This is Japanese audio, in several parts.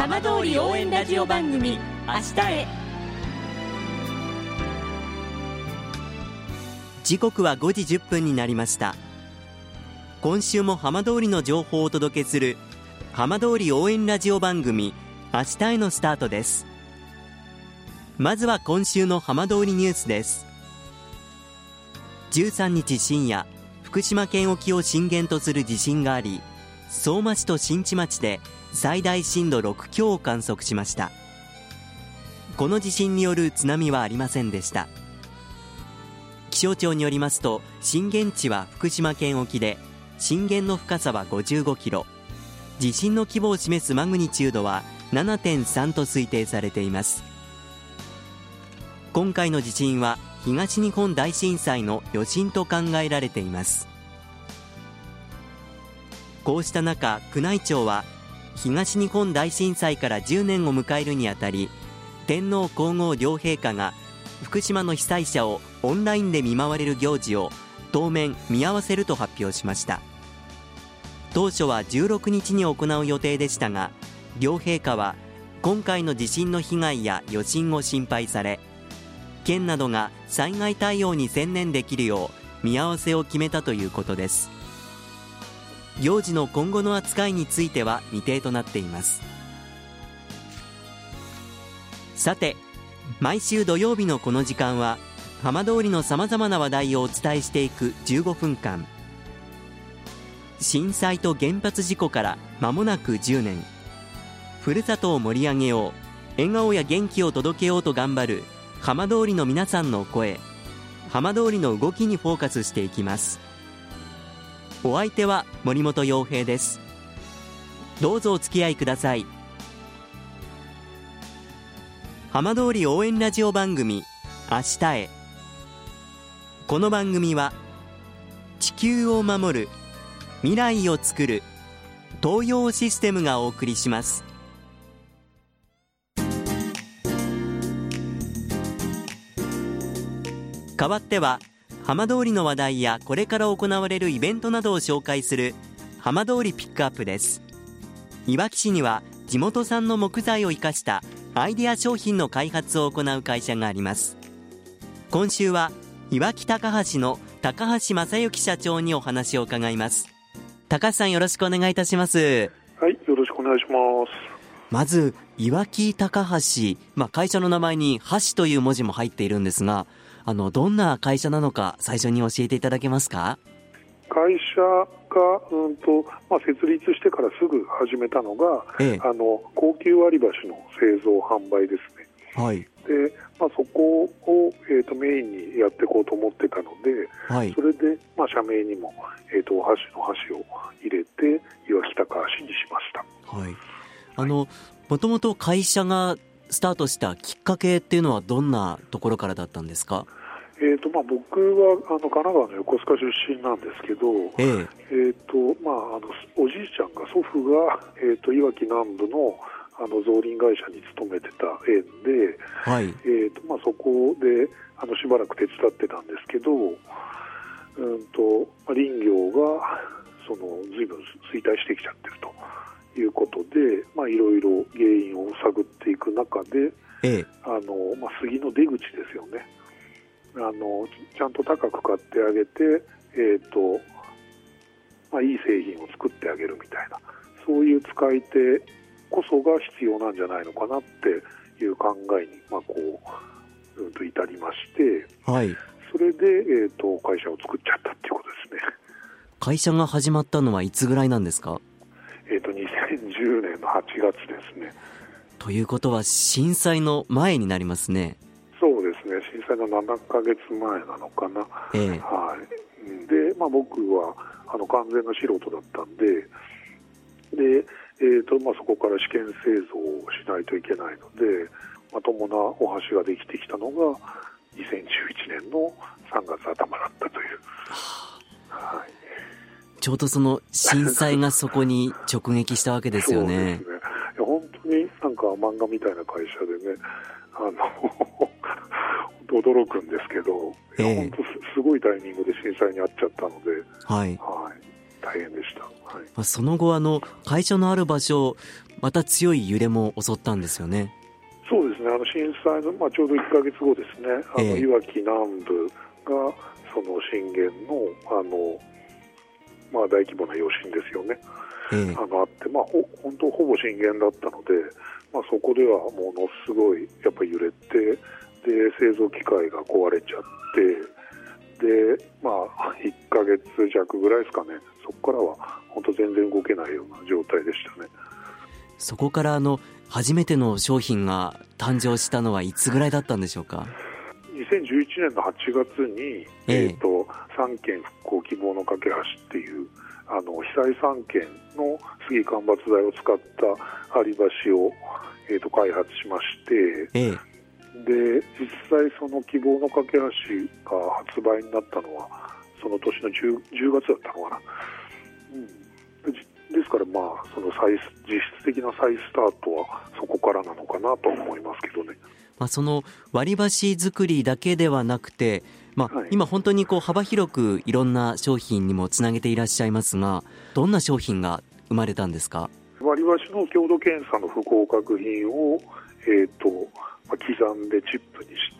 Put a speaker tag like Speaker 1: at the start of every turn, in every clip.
Speaker 1: 浜通り応援ラジオ番組明日へ。
Speaker 2: 時刻は5時10分になりました。今週も浜通りの情報をお届けする浜通り応援ラジオ番組明日へのスタートです。まずは今週の浜通りニュースです。13日深夜、福島県沖を震源とする地震があり、相馬市と新地町で最大震度6強を観測しました。この地震による津波はありませんでした。気象庁によりますと、震源地は福島県沖で、震源の深さは55キロ、地震の規模を示すマグニチュードは 7.3 と推定されています。今回の地震は東日本大震災の余震と考えられています。こうした中、宮内庁は東日本大震災から10年を迎えるにあたり、天皇皇后両陛下が福島の被災者をオンラインで見舞われる行事を当面見合わせると発表しました。当初は16日に行う予定でしたが、両陛下は今回の地震の被害や余震を心配され、県などが災害対応に専念できるよう見合わせを決めたということです。行事の今後の扱いについては未定となっています。さて、毎週土曜日のこの時間は浜通りのさまざまな話題をお伝えしていく15分間。震災と原発事故から間もなく10年、ふるさとを盛り上げよう、笑顔や元気を届けようと頑張る浜通りの皆さんの声、浜通りの動きにフォーカスしていきます。お相手は森本洋平です。どうぞお付き合いください。浜通り応援ラジオ番組明日へ。この番組は地球を守る、未来をつくる東洋システムがお送りします。代わっては浜通りの話題やこれから行われるイベントなどを紹介する浜通りピックアップです。いわき市には地元産の木材を生かしたアイデア商品の開発を行う会社があります。今週はいわき高橋の高橋正幸社長にお話を伺います。高橋さん、よろしくお願いいたします。
Speaker 3: はい、よろしくお願いします。
Speaker 2: まずいわき高橋、会社の名前に橋という文字も入っているんですが、どんな会社なのか最初に教えていただけますか？
Speaker 3: 会社が、設立してからすぐ始めたのが、高級割り箸の製造販売ですね。
Speaker 2: はい。
Speaker 3: で、そこを、メインにやっていこうと思ってたので、はい、それで、社名にも、お箸の箸を入れていわき高橋にしました。
Speaker 2: はい。もともと会社がスタートしたきっかけっていうのはどんなところからだったんですか？
Speaker 3: 僕は神奈川の横須賀出身なんですけど、おじいちゃんが、祖父が、いわき南部の造林会社に勤めてた縁で、はい、そこでしばらく手伝ってたんですけど、林業が随分衰退してきちゃってるということで、いろいろ原因を探っていく中で、杉の出口ですよね。ちゃんと高く買ってあげて、いい製品を作ってあげるみたいな、そういう使い手こそが必要なんじゃないのかなっていう考えに、至りまして、はい、それで、会社を作っちゃったっていうことですね。
Speaker 2: 会社が始まったのはいつぐらいなんですか
Speaker 3: ？2010年の8月ですね。
Speaker 2: ということは震災の前になりますね。
Speaker 3: そうですね、震災の7ヶ月前なのかな。はい。で、僕は完全な素人だったんで、そこから試験製造をしないといけないので、まともなお箸ができてきたのが2011年の3月頭だったという、はい、
Speaker 2: ちょうどその震災がそこに直撃したわけですよね。
Speaker 3: そうですね。本当になんか漫画みたいな会社でね、驚くんですけど、本当すごいタイミングで震災に遭っちゃったので、はい、大変でした。はい、
Speaker 2: その後会社のある場所、 また強い揺れも襲ったんですよね。
Speaker 3: そうですね、震災の、ちょうど1ヶ月後ですね、いわき南部がその震源の、大規模な余震ですよね、あって、本当ほぼ震源だったので、そこではものすごいやっぱり揺れて、で製造機械が壊れちゃって、で1ヶ月弱ぐらいですかね、そこからは本当全然動けないような状態でしたね。
Speaker 2: そこから初めての商品が誕生したのはいつぐらいだったんでしょうか。
Speaker 3: 2011年の8月に、3県復興希望の架け橋っていう被災3県の杉間伐材を使った割り箸を、開発しまして、で実際その希望の架け橋が発売になったのはその年の 10月だったのかな、ですからその実質的な再スタートはそこからなのかなと思いますけどね。
Speaker 2: その割り箸作りだけではなくて、今本当に幅広くいろんな商品にもつなげていらっしゃいますが、どんな商品が生まれたんですか。
Speaker 3: 割り箸の強度検査の不合格品を、刻んでチップにして、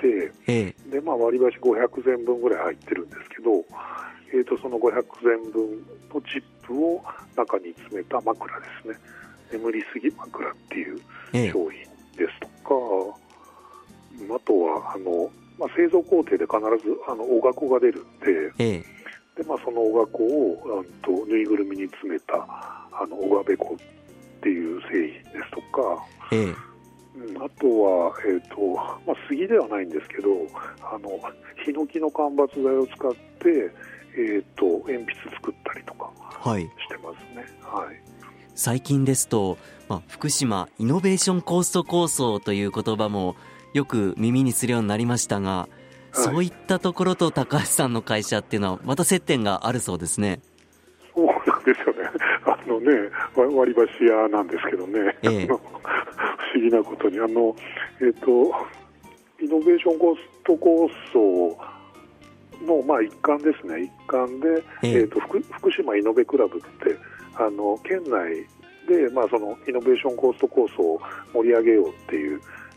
Speaker 3: で割り箸500膳分ぐらい入ってるんですけど、その500膳分のチップを中に詰めた枕ですね。眠りすぎ枕っていう商品ですとか、あとは製造工程で必ずおがこが出るんで、でそのおがこをぬいぐるみに詰めたおがべこっていう製品ですとか、あとは、杉ではないんですけどヒノキの間伐材を使って鉛筆作ったりとかしてますね。
Speaker 2: 最近ですと、福島イノベーションコースト構想という言葉もよく耳にするようになりましたが、そういったところと高橋さんの会社っていうのはまた接点があるそうですね。
Speaker 3: そうなんですよね。割り箸屋なんですけどね、不思議なことにイノベーションコースト構想の一環ですね。一環で、福島イノベクラブって県内で、そのイノベーションコースト構想を盛り上げようっていう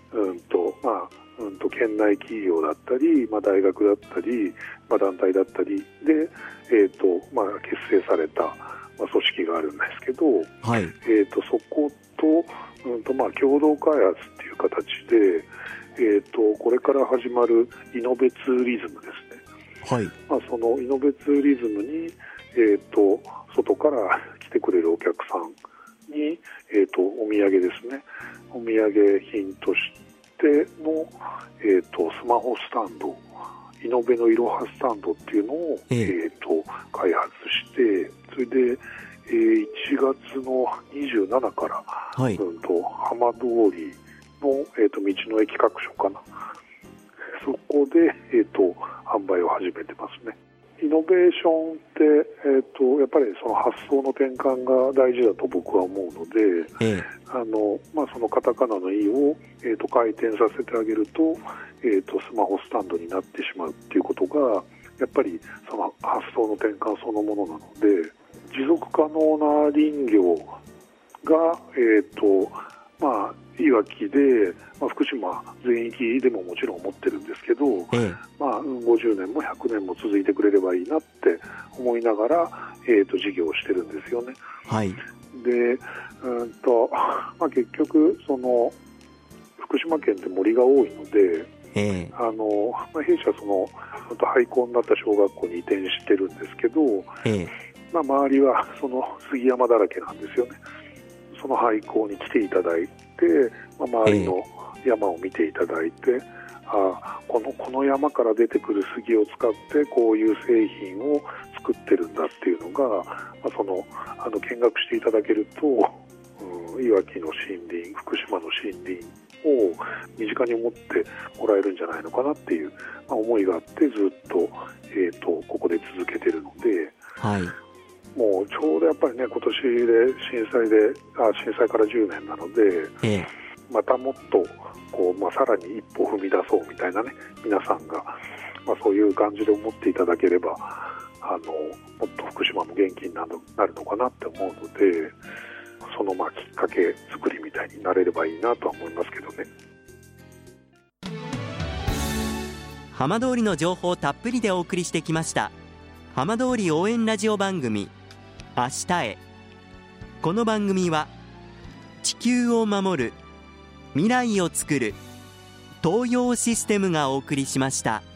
Speaker 3: 県内企業だったり、大学だったり、団体だったりで、結成された、組織があるんですけど、そこと共同開発っていう形で、これから始まるイノベツーリズムですね。そのイノベツーリズムに、外から来てくれるお客さんに、お土産ですね。お土産品としての、スマホスタンド、イノベのいろはスタンドっていうのを、開発して、それで、1月の27から、浜通りの、道の駅各所かな、そこで、販売を始めてますね。イノベーションって、やっぱりその発想の転換が大事だと僕は思うので、そのカタカナの「い」を、回転させてあげると、スマホスタンドになってしまうっていうことがやっぱりその発想の転換そのものなので、持続可能な林業が、いわきで、福島全域でももちろん思ってるんですけど、50年も100年も続いてくれればいいなって思いながら、事業をしてるんですよね。で、結局その福島県って森が多いので、弊社その廃校になった小学校に移転してるんですけど、周りはその杉山だらけなんですよね。その廃校に来ていただいて、周りの山を見ていただいて、この山から出てくる杉を使ってこういう製品を作ってるんだっていうのが、見学していただけると、いわきの森林、福島の森林を身近に思ってもらえるんじゃないのかなっていう、思いがあってずっと、ここで続けてるので、もうちょうどやっぱりね、今年で震災から10年なので、またもっとさらに一歩踏み出そうみたいなね、皆さんが、そういう感じで思っていただければ、もっと福島も元気になるのかなって思うので、 そのきっかけ作りみたいになれればいいなとは思いますけどね。
Speaker 2: 浜通りの情報たっぷりでお送りしてきました浜通り応援ラジオ番組明日へ。この番組は地球を守る未来をつくる東洋システムがお送りしました。